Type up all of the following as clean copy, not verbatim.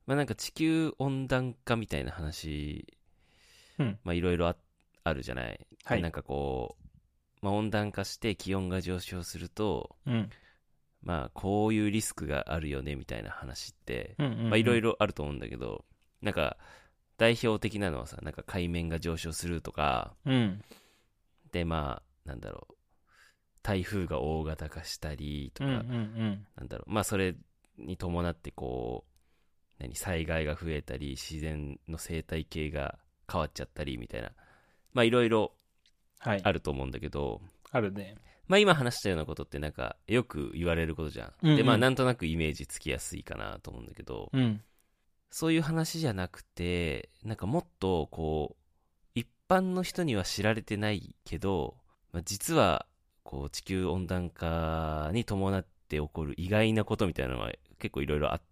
まあなんか地球温暖化みたいな話、 うん。 まあいろいろあるじゃない。 はい。 でなんかこう、まあ温暖化して気温が上昇すると、 うん。 まあこういうリスクがあるよねみたいな話って、 うんうんまあいろいうん。 ろあると思うんだけど、なんか代表的なのはさ、なんか海面が上昇するとか、 うん。 でまあなんだろう、台風が大型化したりとうんうんうか、 ん。 なんだろう、まあそれに伴ってこう、災害が増えたり、自然の生態系が変わっちゃったりみたいな、まあいろいろはい。 あると思うんだけど、 あるね。 まあ今話したようなことってなんかよく言われることじゃん。で、まあうんうん。 なんとなくイメージつきやすいかなと思うんだけど、 うん。 そういう話じゃなくて、なんかもっとこう、一般の人には知られてないけど、まあ、実はこう地球温暖化に伴って起こる意外なことみたいなのは結構いろいろあって、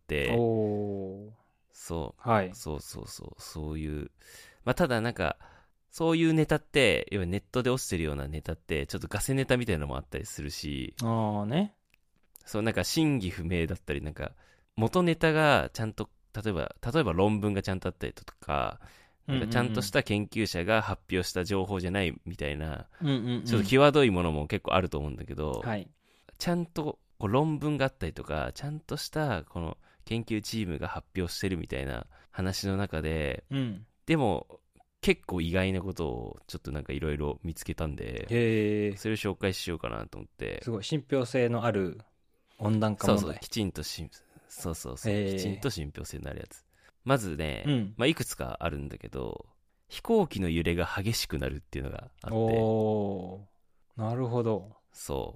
おー。 そはい。 そういう、まあただなんか、そういうネタって、要はネットで落ちてるようなネタって、ちょっとガセネタみたいなのもあったりするし、 ああね。 そうなんか真偽不明だったり、なんか元ネタがちゃんと、例えば論文がちゃんとあったりとか、 うんうんうなんかちゃんとしん。 た研究者が発表した情報じゃないみたいな、 うんうんちょっとうん。 際どいものも結構あると思うんだけど、 はい。 ちゃんとこう論文があったりとか、ちゃんとしたこの研究チームが発表してるみたいな話の中で、 うん。 でも結構意外なことをちょっとなんかいろいろ見つけたんで、 へえ。 それを紹介しようかなと思って、 すごい。信憑性のある温暖化そうそう、 問題。 きちんとへえ。 信憑性のあるやつ。まずね、 うん。 まあ、いくつかあるんだけど、飛行機の揺れが激しくなるっていうのがあって、 おー。なるほど。 そう、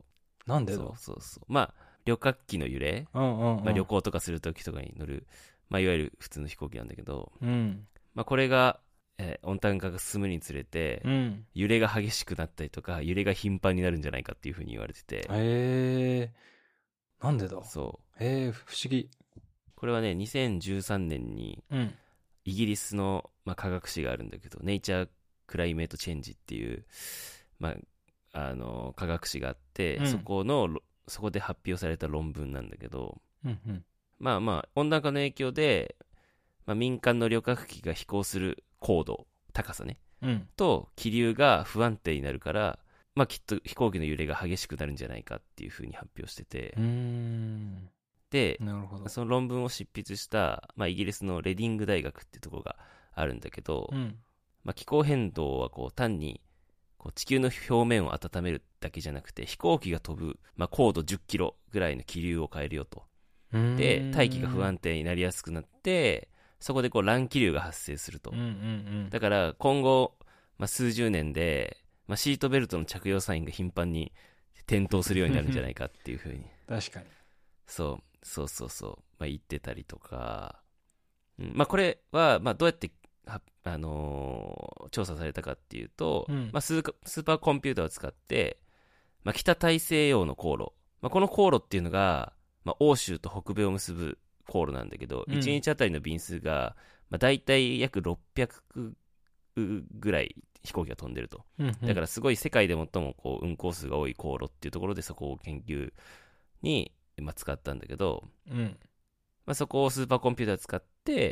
なんでだ？ まあ、旅客機の揺れ、 うんうんまあ、 うん。 旅行とかするときとかに乗る、まあ、いわゆる普通の飛行機なんだけど、 うん。 まあ、これが、温暖化が進むにつれて、 うん。 揺れが激しくなったりとか、揺れが頻繁になるんじゃないかっていうふうに言われてて、 へえ。なんでだ？ そう。 へえ、不思議。 これはね、2013年にうん。 イギリスの、まあ、科学誌があるんだけど、ネイチャークライメートチェンジっていう、まあ、科学誌があって、 うん。 そこで発表された論文なんだけど、 うんうん。 まあまあ、温暖化の影響で、まあ、民間の旅客機が飛行する高度、高さね、 うん。 と気流が不安定になるから、まあきっと飛行機の揺れが激しくなるんじゃないかっていうふうに発表してて、 うーん。 で、 なるほど。 その論文を執筆した、まあ、イギリスのレディング大学っていうところがあるんだけど、 うん。 まあ、気候変動はこう単にこう地球の表面を温めるだけじゃなくて、飛行機が飛ぶ、まあ、高度10キロぐらいの気流を変えるよと。 うーで、大気が不ん。 安定になりやすくなって、そこでこう乱気流が発生すると。 うんうんうん。 だから今後、まあ、数十年で、まあ、シートベルトの着用サインが頻繁に点灯するようになるんじゃないかっていうふうに、 確かに。 まあ、言ってたりとか、まあ、これは、まあ、どうやって調査されたかっていうと、 うん。 まあ、スーパーコンピューターを使って、まあ、北大西洋の航路、まあ、この航路っていうのが、まあ、欧州と北米を結ぶ航路なんだけど、1 うん。 日あたりの便数が、まあ、大体約600ぐらい飛行機が飛んでると。 うんうん。 だからすごい世界で最もこう運航数が多い航路っていうところでそこを研究に、まあ、使ったんだけど、 うん。 まあ、そこをスーパーコンピューターを使って、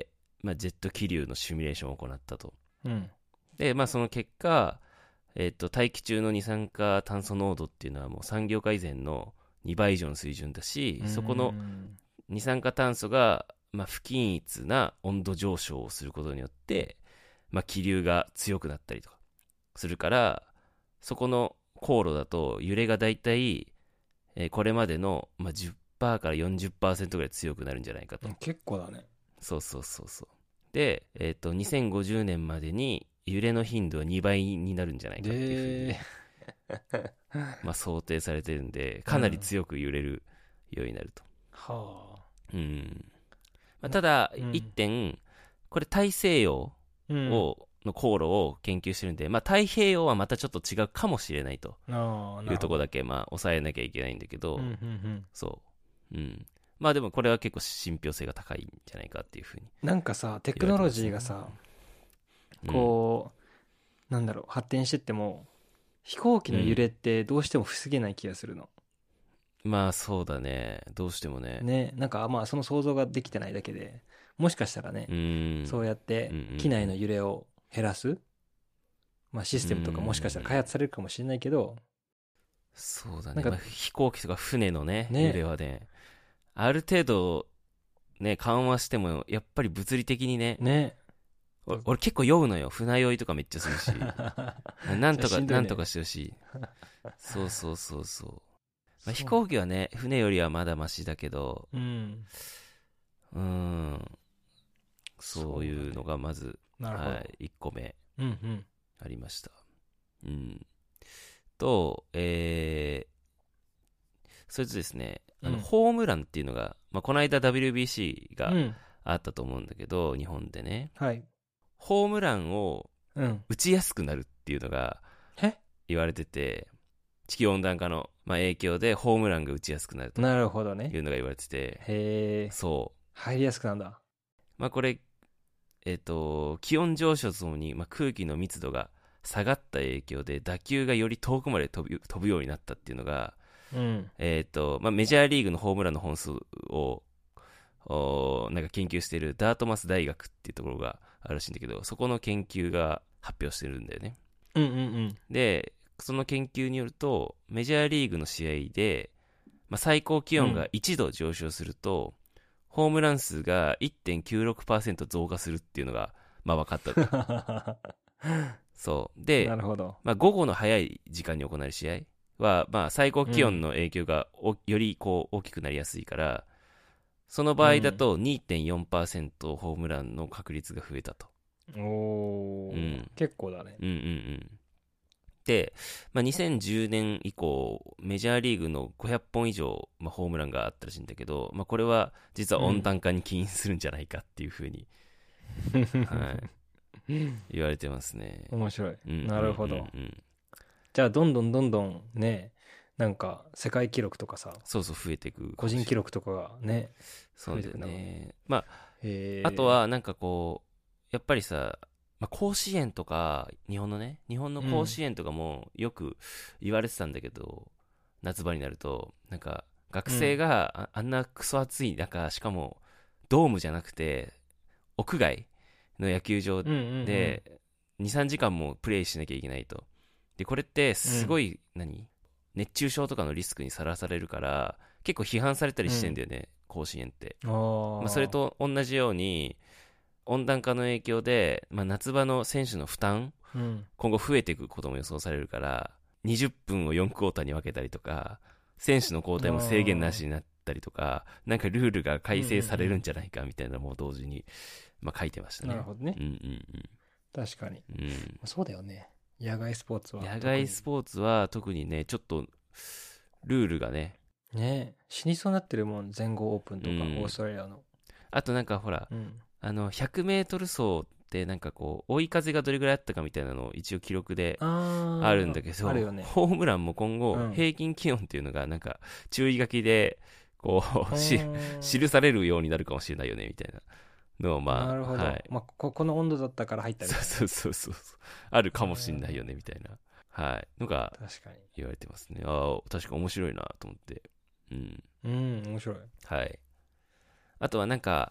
まあ、ジェット気流のシミュレーションを行ったと。 うん。 で、まあ、その結果、大気中の二酸化炭素濃度っていうのはもう産業化以前の2倍以上の水準だし、 うーそこのん。 二酸化炭素が、まあ、不均一な温度上昇をすることによって、まあ、気流が強くなったりとかするから、そこの航路だと揺れがだいたい、これまでの、まあ、10%から40%ぐらい強くなるんじゃないかと。 結構だね。 そう。で、2050年までに揺れの頻度は2倍になるんじゃないかっていうふうにで、 ね、まあ、想定されてるんで、かなりうん。 強く揺れるようになると。 はうん。まあ、 あ。 ただ、一うん。 点、これ大西洋うん。 の航路を研究してるんで、まあ、太平洋はまたちょっと違うかもしれないとああ、 いうなるほど。 ところだけ、まあ、抑えなきゃいけないんだけうん、うど、 ん、 そう。うん。まあでもこれは結構信憑性が高いんじゃないかっていうふうにうん。なんかさ、テ言クノロわれてますね。 ジーがさ、 うん。 こう、なんだろう、発展してっても、飛行機の揺れうん。 ってどうしても防げない気がするの。 まあそうだね。どうしてもね。 ね、なんかまあその想像ができてないだけで、 もしかしたらね、そうやって機内の揺れを減らす、まあ、システムとかもしかしたら開発されるかもしれないけど、 そうだね。 なんかまあ、飛行機とか船のね、 ね揺れはね、ある程度、ね、緩和しても、やっぱり物理的にね、 ね。 俺結構酔うのよ。船酔いとかめっちゃするし。なんとか、 しんどいねなんとかしてほしい。そうそうそうそう。まあ、飛行機はね、船よりはまだマシだけど、 うん。 そういうのがまず、 なるほど。 はい、1個目うんうん。 ありました。と、それとですね、ホームランっていうのが、まあ、この間 WBC があったと思うんだけど、日本でね、 はい。 ホームランを打ちやすくなるっていうのが言われてて、地球温暖化の、まあ、影響でホームランが打ちやすくなるとなるほどね。 いうのが言われてて、 へえ。 そう。 入りやすくなんだ。 まあこれ、気温上昇とともに、まあ、空気の密度が下がった影響で打球がより遠くまで飛ぶようになったっていうのが、まあ、メジャーリーグのホームランの本数をなんか研究しているダートマス大学っていうところがあるらしいんだけど、そこの研究が発表してるんだよね。で、その研究によると、メジャーリーグの試合で、まあ、最高気温が1度上昇すると、ホームラン数が 1.96% 増加するっていうのが、まあ、分かったと。そう。で、 なるほど。 まあ、午後の早い時間に行われる試合は、まあ、最高気温の影響がよりこう大きくなりやすいから、その場合だと 2.4% ホームランの確率が増えたと。 おー、結構だね。 で、まあ、2010年以降、メジャーリーグの500本以上、まあ、ホームランがあったらしいんだけど、まあ、これは実は温暖化に起因するんじゃないかっていうふうに、はい、言われてますね。 面白い。なるほど。じゃあ、どんどんね、なんか世界記録とかさ、 そうそう増えていく。 個人記録とかがね、 そうだよね。まあ、あとはなんかこう、やっぱりさ、まあ、甲子園とか、日本の甲子園とかもよく言われてたんだけど、夏場になると、なんか、学生があんなクソ暑い中、しかも、ドームじゃなくて、屋外の野球場で、2、3時間もプレイしなきゃいけないと。で、これって、すごい、熱中症とかのリスクにさらされるから、結構批判されたりしてんだよね、甲子園って。まあ、それと同じように、温暖化の影響で、まあ、夏場の選手の負担、今後増えていくことも予想されるから、20分を4クォーターに分けたりとか、選手の交代も制限なしになったりとか、なんかルールが改正されるんじゃないかみたいなのも同時に、まあ、書いてましたね。 なるほどね。確かに。そうだよね。野外スポーツは。 野外スポーツは特にね、ちょっと、ルールがね。 ね死にそうになってるもん、全豪オープンとか、オーストラリアの。 あとなんかほら、100メートル走ってなんかこう、追い風がどれぐらいあったかみたいなのを一応記録であるんだけど、ホームランも今後、平均気温っていうのがなんか、注意書きで、こう、記されるようになるかもしれないよね、みたいなのをまあ、 なるほど。まあ、この温度だったから入ったり。 そう。あるかもしれないよね、みたいな。はい。のが、言われてますね。ああ、確か面白いなと思って。 面白い。 はい。あとはなんか、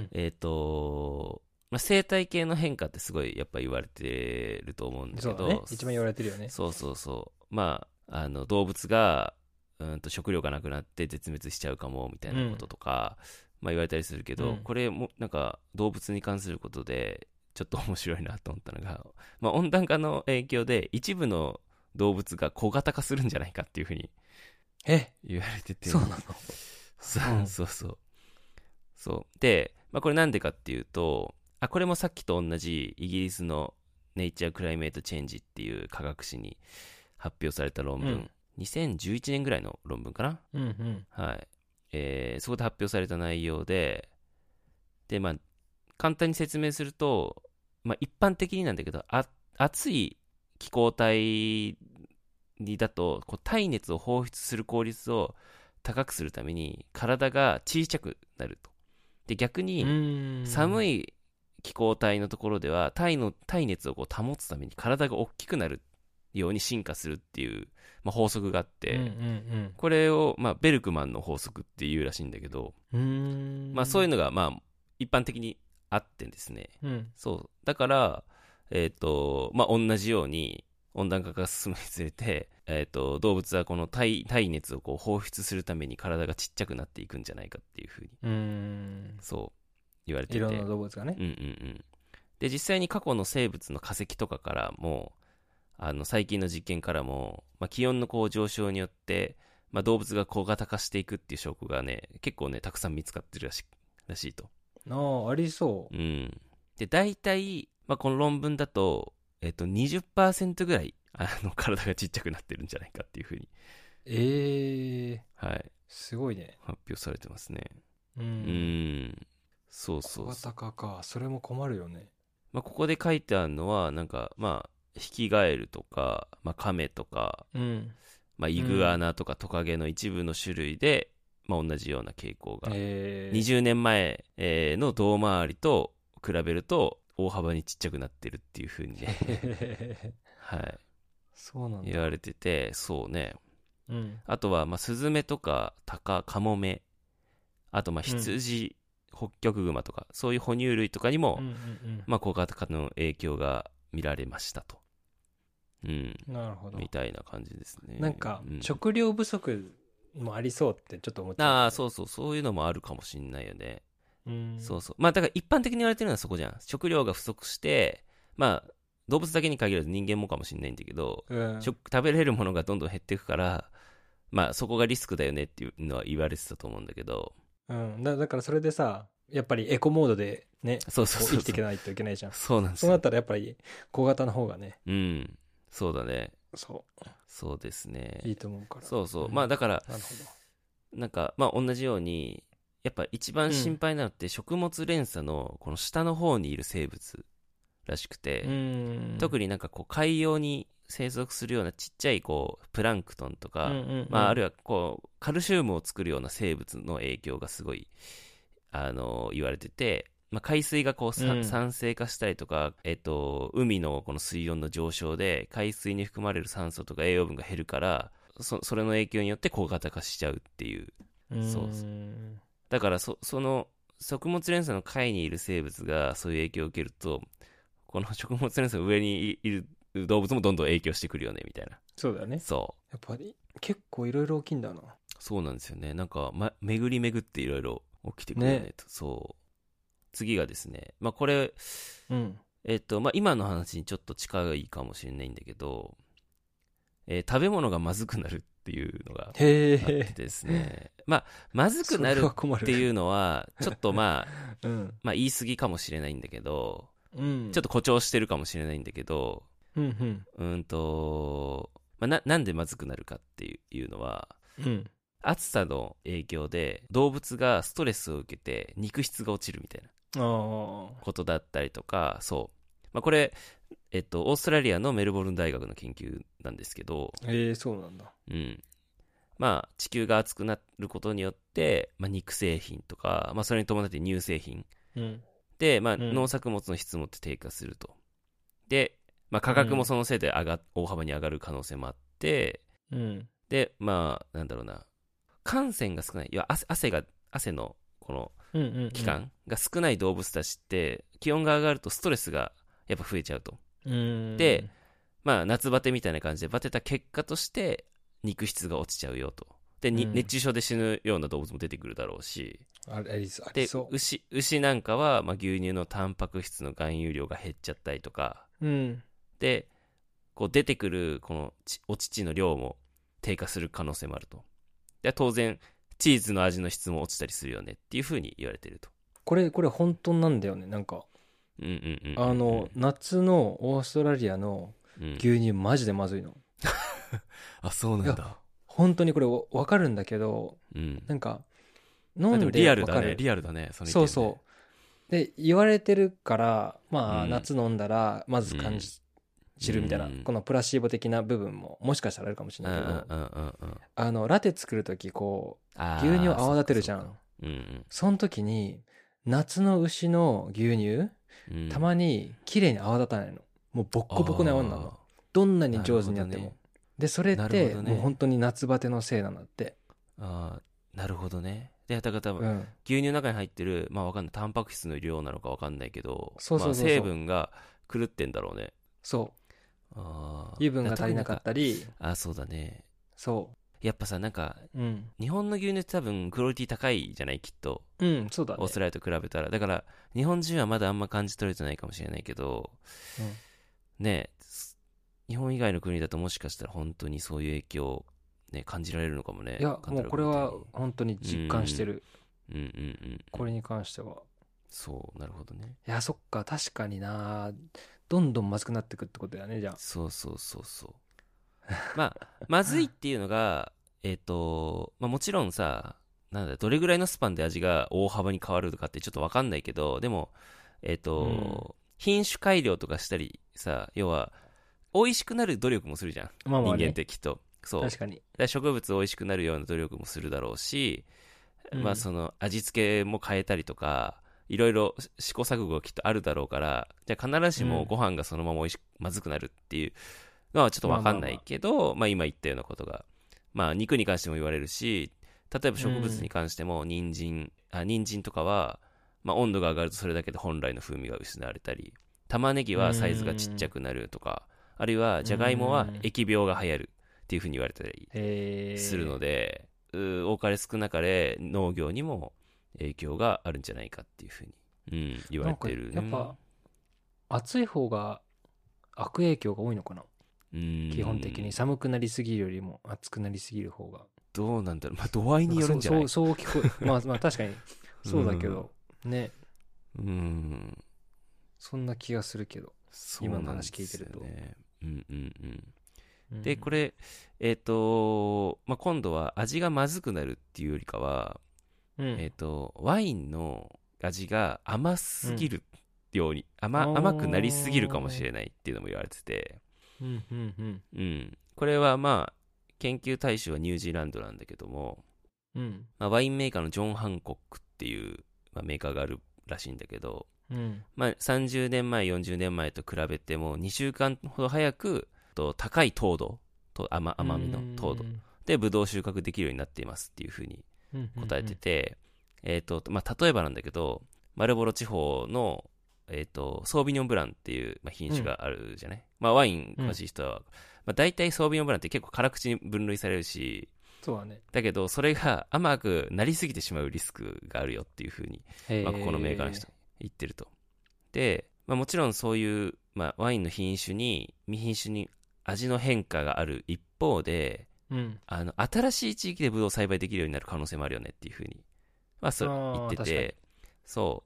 まあ、生態系の変化ってすごいやっぱ言われてると思うんだけど、 そうだね、一番言われてるよね。 そう。まあ、動物が、食料がなくなって絶滅しちゃうかもみたいなこととか、まあ言われたりするけど、これもなんか動物に関することで、ちょっと面白いなと思ったのが、まあ温暖化の影響で一部の動物が小型化するんじゃないかっていうふうに言われてて。 そうなの？ そう。で、まあこれなんでかっていうと、これもさっきと同じイギリスのネイチャークライメートチェンジっていう科学誌に発表された論文、2011年ぐらいの論文かな、はい。そこで発表された内容で、まあ、簡単に説明すると、まあ、一般的になんだけど、暑い気候帯だと、こう体熱を放出する効率を高くするために、体が小さくなると。で、逆に、寒い気候帯のところでは、体熱をこう保つために体が大きくなるように進化するっていう、まあ、法則があって、これを、まあ、ベルクマンの法則っていうらしいんだけど、まあ、そういうのが、まあ、 一般的にあってですね、 うん、 そうだからまあ同じように温暖化が進むにつれて、動物はこの体熱をこう放出するために体がちっちゃくなっていくんじゃないかっていうふうにそう言われてて、 いろんな動物がね、 うんうんうん、で実際に過去の生物の化石とかからも最近の実験からも、まあ、気温のこう上昇によって、まあ、動物が小型化していくっていう証拠がね結構ねたくさん見つかってるらしいと。 ありそう。 うん。で大体、まあ、この論文だと、20% ぐらい体がちっちゃくなってるんじゃないかっていうふうにはい、 すごいね。 発表されてますね。 うそうそう小型化か、それも困るよね。 まあ、ここで書いてあるのはなんかまあヒキガエルとか、まあ、カメとか、まあ、イグアナとかトカゲの一部の種類で、まあ、同じような傾向が、20年前の胴回りと比べると大幅にちっちゃくなってるっていう風にねはいそうなんだ言われてて、そうね、あとはまあスズメとかタカ、カモメ、あとまあ羊、ホッキョクグマとかそういう哺乳類とかにも、まあ小型化の影響が見られましたと。 なるほど。 みたいな感じですね。 なんか、食料不足もありそうってちょっと思っちゃう、ね。 ああ、そうそう、そういうのもあるかもしんないよね。そうそう。まあだから一般的に言われてるのはそこじゃん。食料が不足して、まあ動物だけに限らず人間もかもしんないんだけど、食べれるものがどんどん減っていくから、まあそこがリスクだよねっていうのは言われてたと思うんだけど。 だからそれでさ、やっぱりエコモードでね、 そう生きていけないといけないじゃん。 そうなんですよ。そうなったらやっぱり小型の方がね。 そうだね。 そうですね。 いいと思うから。 そうそう。まあだから、なんかまあ同じように、やっぱ一番心配なのって食物連鎖のこの下の方にいる生物らしくて、特になんかこう海洋に生息するようなちっちゃいこうプランクトンとか、まああるいはこうカルシウムを作るような生物の影響がすごい言われてて、まあ、海水がこう酸性化したりとか、海のこの水温の上昇で海水に含まれる酸素とか栄養分が減るから、それの影響によって小型化しちゃうっていう。そうだからその食物連鎖の下位にいる生物がそういう影響を受けると、この食物連鎖の上にいる動物もどんどん影響してくるよねみたいな。 そうだよね。 そうやっぱり結構いろいろ大きいんだな。 そうなんですよね。なんか、巡り巡っていろいろ起きてくるよねと。そう次がですね、まあこれ、まあ今の話にちょっと近いかもしれないんだけど、食べ物がまずくなるっていうのがあってですね、まあまずくなるっていうのはちょっとまあ、まあ言い過ぎかもしれないんだけど、ちょっと誇張してるかもしれないんだけど、まあ、なんでまずくなるかっていうのは、暑さの影響で動物がストレスを受けて肉質が落ちるみたいなことだったりとか、そう、まあ、これ、オーストラリアのメルボルン大学の研究なんですけど、 そうなんだ。 まあ地球が暑くなることによって、まあ、肉製品とか、まあ、それに伴って乳製品、で、まあ、農作物の質も低下すると。で、まあ、価格もそのせいで大幅に上がる可能性もあって、で、まあ、なんだろうな、汗腺が少ない、いや汗のこの期間が少ない動物たちって、気温が上がるとストレスがやっぱ増えちゃうと。で、まあ、夏バテみたいな感じでバテた結果として、肉質が落ちちゃうよと。で、熱中症で死ぬような動物も出てくるだろうし、で牛なんかは、まあ、牛乳のタンパク質の含有量が減っちゃったりとか、でこう出てくるこのお乳の量も低下する可能性もあると。で当然チーズの味の質も落ちたりするよねっていうふうに言われてると。 これ本当なんだよね。なんか夏のオーストラリアの牛乳マジでまずいの。 あ、そうなんだ。 本当にこれ分かるんだけど、なんか飲んでリアルだね。リアルだね。 そうそうで言われてるから、まあ、夏飲んだらまず感じるみたいな、このプラシーボ的な部分ももしかしたらあるかもしれないけど、ラテ作る時こう牛乳を泡立てるじゃん。その時に夏の牛の牛乳、たまに綺麗に泡立たないの。もうボッコボコな泡になるの。どんなに上手にやっても。でそれってもう本当に夏バテのせいなんだって。 なるほどね。 で、だから多分、 うん。 牛乳の中に入ってる、まあわかんない、タンパク質の量なのかわかんないけど、 そうそうそうそうまあ成分が狂ってんだろうね。 そう。 ああ。 油分が足りなかったり、 あ、そうだね。 そやっぱさ、なんか、 う。うん。 日本の牛乳って多分クオリティ高いじゃないきっと。 うん、そうだね。 オーストラリアと比べたら。だから、日本人はまだあんま感じ取れてないかもしれないけど、 うんね、日本以外の国だともしかしたら本当にそういう影響、ね、感じられるのかもね。 いや、もうこれは本当に実感してる。 うんうんうん。 これに関しては。 そう、なるほどね。 いや、そっか、確かにな。どんどんまずくなってくってことだよね、じゃあ。 そうそうそうそう。まあ、まずいっていうのが、まあもちろんさ、なんだ、どれぐらいのスパンで味が大幅に変わるとかってちょっとわかんないけど、でも、品種改良とかしたりさ、要は、美味しくなる努力もするじゃん。 まあまあね人間ってきっと。そう。 確かに。 だから植物美味しくなるような努力もするだろうし、 うんまあその味付けも変えたりとか、いろいろ試行錯誤がきっとあるだろうから、じゃあ必ずしもご飯がそのまままずくなるっていうのはちょっとわかんないけど、まあ今言ったようなことが、まあ肉に関しても言われるし、例えば植物に関しても人参とかは、まあ温度が上がるとそれだけで本来の風味が失われたり、玉ねぎはサイズがちっちゃくなるとか、あるいはじゃがいもは疫病が流行るっていうふうに言われたりするので、多かれ少なかれ農業にも影響があるんじゃないかっていうふうに、言われてるね。 やっぱ暑い方が悪影響が多いのかな。基本的に寒くなりすぎるよりも暑くなりすぎる方が。 どうなんだろう。まあ度合いによるんじゃない？ そう聞こえ、まあまあ確かにそうだけど、ね。そんな気がするけど、今の話聞いてると。 で、これ、まあ、今度は味がまずくなるっていうよりかは、ワインの味が甘すぎるように、甘くなりすぎるかもしれないっていうのも言われてて、これはまあ、研究対象はニュージーランドなんだけども、まあ、ワインメーカーのジョン・ハンコックっていう、まあ、メーカーがあるらしいんだけど、まあ、30年前、40年前と比べても2週間ほど早く高い糖度と甘みの糖度でブドウ収穫できるようになっていますっていうふうに答えてて、まあ、例えばなんだけど、マルボロ地方の、ソービニョンブランっていう、まあ、品種があるじゃない、まあ、ワイン詳しい人は、まあ、大体ソービニョンブランって結構辛口に分類されるし、 そうだね。 だけどそれが甘くなりすぎてしまうリスクがあるよっていうふうに、まあ、ここのメーカーの人言ってると。で、まあ、もちろんそういう、まあ、ワインの品種に味の変化がある一方で、新しい地域でブドウを栽培できるようになる可能性もあるよねっていうふうに、まあ、言ってて、そう。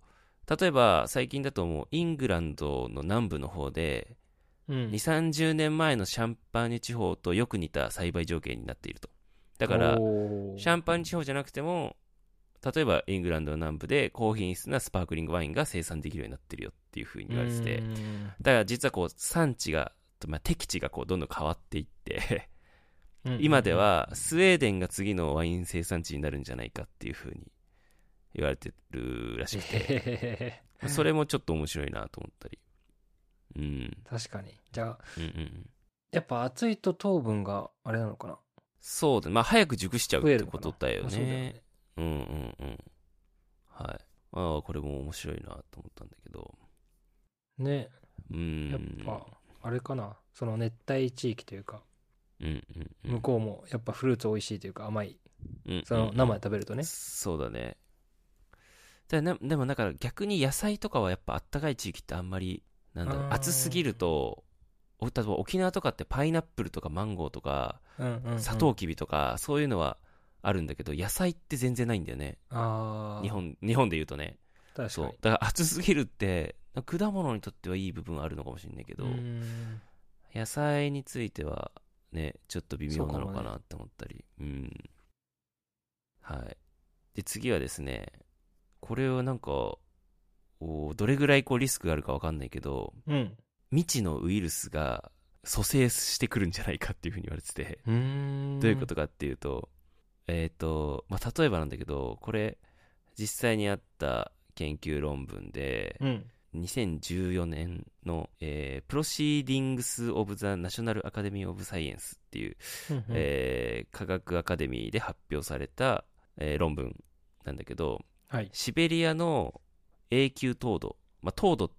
例えば、最近だともう、イングランドの南部の方で、2、30年前のシャンパーニュ地方とよく似た栽培条件になっていると。だから、シャンパーニュ地方じゃなくても、例えばイングランドの南部で高品質なスパークリングワインが生産できるようになってるよっていうふうに言われてて、だから実はこう産地が、まあ、適地がこうどんどん変わっていって今ではスウェーデンが次のワイン生産地になるんじゃないかっていうふうに言われてるらしくてそれもちょっと面白いなと思ったり、 確かに。じゃあ、やっぱ暑いと糖分があれなのかな。 そうだね。まあ早く熟しちゃうってことだよね。 そうだよね。 はい。ああ、これも面白いなと思ったんだけど。 ね。やっぱ、あれかな。その熱帯地域というか、向こうもやっぱフルーツ美味しいというか甘い。その生で食べるとね。 そうだね。でもだから逆に野菜とかはやっぱあったかい地域ってあんまり、なんだろう、暑すぎると、例えば沖縄とかってパイナップルとかマンゴーとか、サトウキビとか、そういうのはあるんだけど、野菜って全然ないんだよね。日本で言うとね。 確かに。 そう。だから暑すぎるって、果物にとってはいい部分あるのかもしれないけど、野菜についてはね、ちょっと微妙なのかなって思ったり。はい。で、次はですね、これはなんか、どれぐらいこうリスクがあるかわかんないけど、未知のウイルスが蘇生してくるんじゃないかっていうふうに言われてて、どういうことかっていうと、まあ、例えばなんだけど、これ、実際にあった研究論文で、2014年の、Proceedings of the National Academy of Science っていう、科学アカデミーで発表された、論文なんだけど、 はい。 シベリアの永久凍土、凍土って、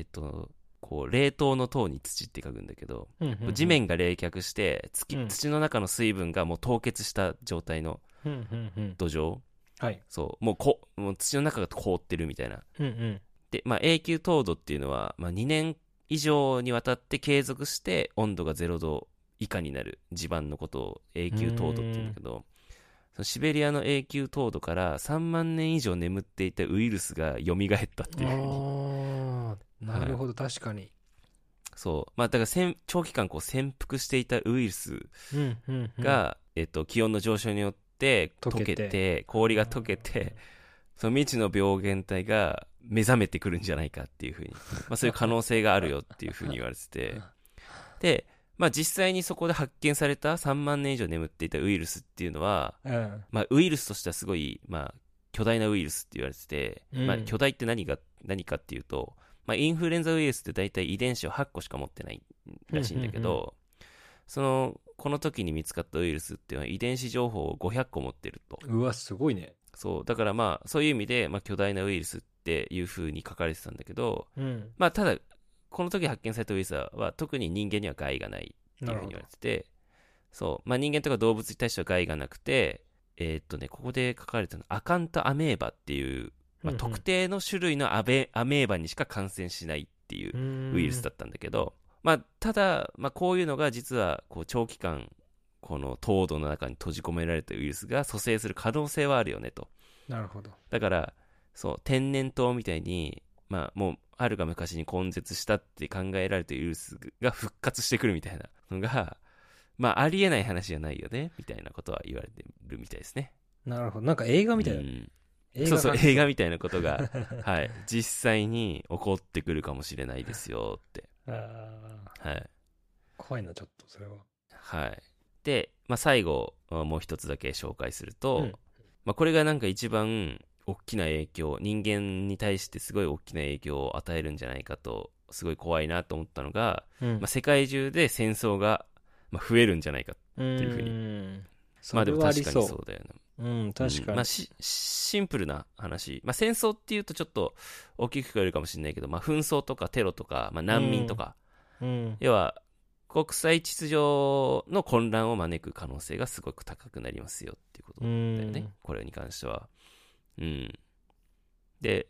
こう冷凍の凍に土って書くんだけど、 うんうんうん。 地面が冷却してうん。 土の中の水分がもう凍結した状態のうんうんうん。 土壌、 はい。 そうもう土の中が凍ってるみたいな。 うんうん。 で、永久凍土っていうのは、2年以上にわたって継続して温度が0度以下になる地盤のことを永うー久凍土っていうんだん。 けど、そのシベリアの永久凍土から3万年以上眠っていたウイルスが蘇ったっていうふうに。 ああ、なはい。 るほど、確かに。 そう。だから長期間こう潜伏していたウイルスうんうんうん。 が、気温の上昇によって溶け溶けて。 て、氷が溶けて、その未知の病原体が目覚めてくるんじゃないかっていうふうに、そういう可能性があるよっていうふうに言われてて、で、実際にそこで発見された3万年以上眠っていたウイルスっていうのは、 うん。 ウイルスとしてはすごい、巨大なウイルスって言われてて、 うん。 巨大って何かっていうと、インフルエンザウイルスって大体遺伝子を8個しか持ってないうんうらしいんだけんど、この時に見つかったウイルスっていうのは遺伝子情報を500個持ってると。 うん。うわ、すごいね。 そう、だからそういう意味で、巨大なウイルスっていう風に書かれてたんだけど、 うん。 ただ、この時発見されたウイルスは特に人間には害がないっていう風に言わなるほど。 れてて、そう、人間とか動物に対しては害がなくて、ここで書かれたのアカンタアメーバっていう、特定の種類のアメーバにしか感染しないっていううーウイルスん。 だったんだけど、ただ、こういうのが実はこう長期間この凍土の中に閉じ込められたウイルスが蘇生する可能性はあるよねと。 なるほど。 だからそう天然痘みたいに、もうはるか昔に根絶したって考えられているウイルスが復活してくるみたいなのが、ありえない話じゃないよねみたいなことは言われてるみたいですね。 なるほど。なんか映画みたいだね。 うん。 映そうそう、 画描けそう。 映画みたいなことが、はい、実際に起こってくるかもしれないですよって。 ああ、 はい。 怖いな、ちょっと、それは。 はい。で、最後、もう一つだけ紹介すると、 うん。 これがなんか一番大きな影響、人間に対してすごい大きな影響を与えるんじゃないかと、すごい怖いなと思ったのが、 うん。 世界中で戦争が、増えるんじゃないかうっていうふうに。 ーん。そでれも確かにはありそそうだよね。 う。うん、 うん、 確かに。 シンプルな話。戦争っていうとちょっと大きく聞こえるかもしれないけど、紛争とかテロとか、難民とうん。 か、 うん。 要は、国際秩序の混乱を招く可能性がすごく高くなりますよっていうこうとだよね。 ん。 これに関しては。うん。で、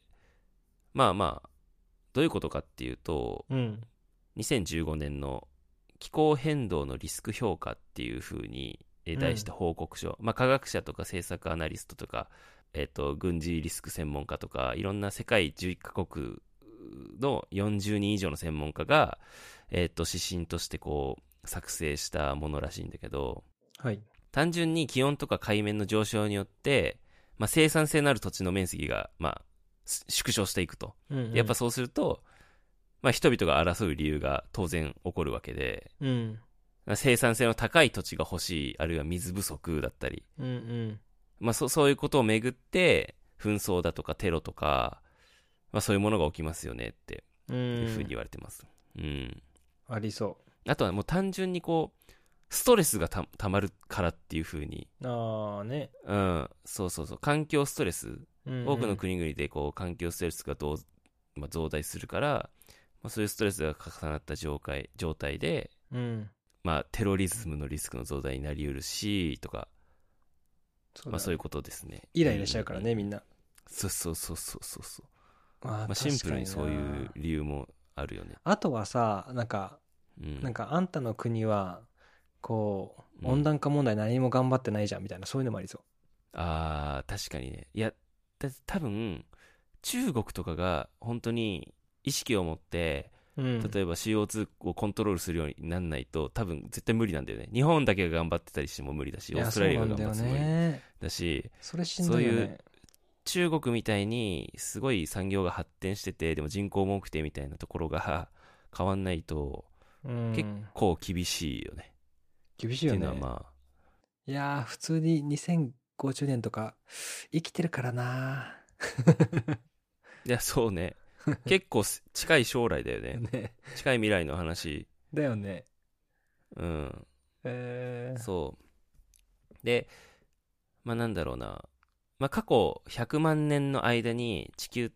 どういうことかっていうと、 うん。 2015年の気候変動のリスク評価っていう風に題した報告書、科学者とか政策アナリストとか、軍事リスク専門家とか、いろんな世界11カ国の40人以上の専門家が、指針としてこう、作成したものらしいんだけど、 はい。 単純に気温とか海面の上昇によって、生産性のある土地の面積が、縮小していくと。 うんうん。 やっぱそうすると、人々が争う理由が当然起こるわけで、 うん。 生産性の高い土地が欲しい、あるいは水不足だったり、 うんうん。 そういうことをめぐって、紛争だとかテロとか、そういうものが起きますよねってういうふうにん。 言われてます。うん。 ありそあとはもう単純にこう、ストレスがたまるからっていうふうに、 う。ああね。 うん、そうそうそう、環境ストレス、 うんう多くのん。 国々でこう環境ストレスが増大するから、そういうストレスが重なった状態で、 うん。 テロリズムのリスクの増大になりうるし、とか、 そうだね。 そういうことですね。 イライラしちゃうからね、 うんうんうん。 みんな。 そうそうそうそうそうそう。 ああ、 シンプル確かににそういうな。 理由もあるよね。 あとはさ、 うん。 なんかあんたの国は、こう、温うん。 暖化問題何も頑張ってないじゃん、みたいな、そういうのもありそ確かにね。いや、多分、中国とかが本当に意識を持って、 う。うん。 例えば CO2 をコントロールするようになんないと、多分絶対無理なんだよね。日本だけが頑張ってたりしても無理だし、 いや、 オーストラリアがそうなんだよ頑張っても無理ね。 だし、 それしんそういうどいよね。 中国みたいにすごい産業が発展してて、でも人口も多くてみたいなところが変わんないとう結ん。 構厳しいよね。 厳しいっていうのはよね。いやー、普通に2050年とか生きてるからな。 いや、そうね。結構近い将来だよね。 ね。 近い未来の話。 だよね。 うん。 えそう。で、なんだろうな。 まあ、過去100万年の間に地球って、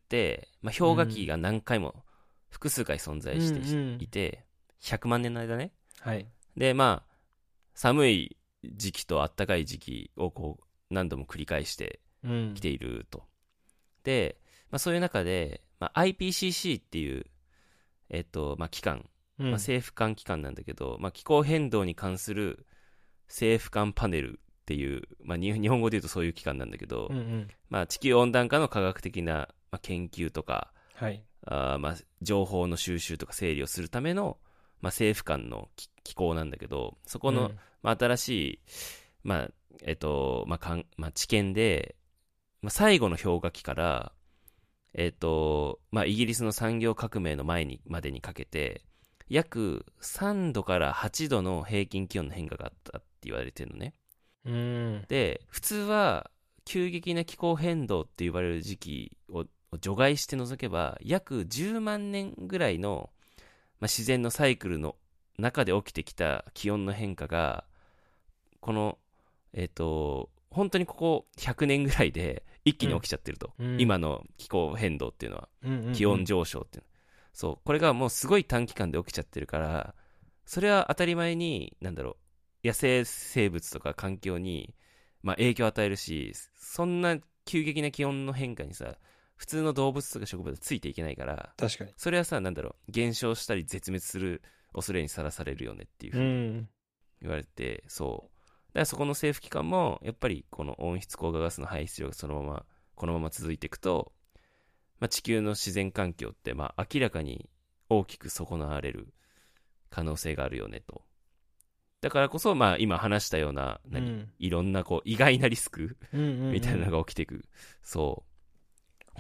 まあ、氷河期が何回も複数回存在していて、100万年の間ね。 はい。 で、まあ、寒い時期と暖かい時期をこう何度も繰り返してきていると。で、まあ、そういう中で、まあ、IPCC っていう、まあ、機関、まあ、政府間機関なんだけど、まあ、気候変動に関する政府間パネルっていう、まあ、日本語で言うとそういう機関なんだけど、まあ、地球温暖化の科学的な、まあ、研究とか、 はい、 まあ、情報の収集とか整理をするための、まあ、政府間の機構なんだけど、そこの、まあ、新しい、まあまあ、知見で、まあ、最後の氷河期から、まあ、イギリスの産業革命の前にまでにかけて、約3度から8度の平均気温の変化があったって言われてるのね。で、普通は急激な気候変動って言われる時期を除外して除けば、約10万年ぐらいの、まあ、自然のサイクルの中で起きてきた気温の変化が、この、本当にここ100年ぐらいで一気に起きちゃってると。今の気候変動っていうのは、気温上昇っていうのは。そう、これがもうすごい短期間で起きちゃってるから、それは当たり前に、なんだろう、野生生物とか環境に、まあ、影響を与えるし、そんな急激な気温の変化にさ、普通の動物とか植物はついていけないから、 確かに。 それはさ、なんだろう、減少したり絶滅する恐れにさらされるよねっていうふうに言われて、そう。だからそこの政府機関も、やっぱりこの温室効果ガスの排出量がこのまま続いていくと、まあ、地球の自然環境って、まあ、明らかに大きく損なわれる可能性があるよねと。だからこそ、まあ、今話したような、いろんなこう意外なリスクみたいなのが起きていく。そう。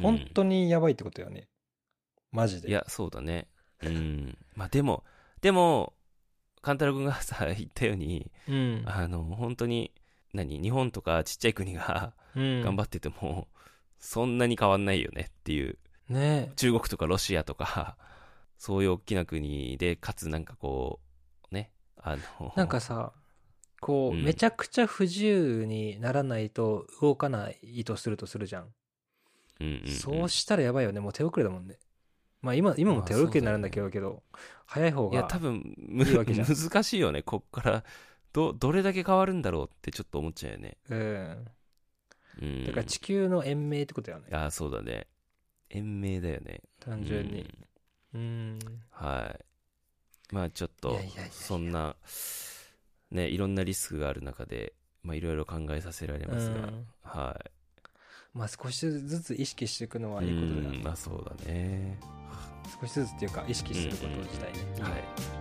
本当にやばいってことよね。マジで。 いや、そうだね。まあ、でも、勘太郎君がさ、言ったように、本当に、日本とかちっちゃい国が頑張ってても、そんなに変わんないよねっていう。 ね、 中国とかロシアとか、そういう大きな国で、かつなんかこう、ね、 なんかさ、こう、めちゃくちゃ不自由にならないと動かないとするじゃん。そうしたらやばいよね。もう手遅れだもんね。まあ今も手遅れになるんだけど、早い方がいいわけじゃん。 いや多分難しいよね。こっからどれだけ変わるんだろうってちょっと思っちゃうよね。だから地球の延命ってことだよね。 あ、そうだね。延命だよね。 単純に。 はい。まあちょっとそんなね、いろんなリスクがある中で、まあいろいろ考えさせられますが、はい。 まあ少しずつ意識していくのはいいことだよね。 まあそうだね。 少しずつっていうか意識すること自体ね。 はい。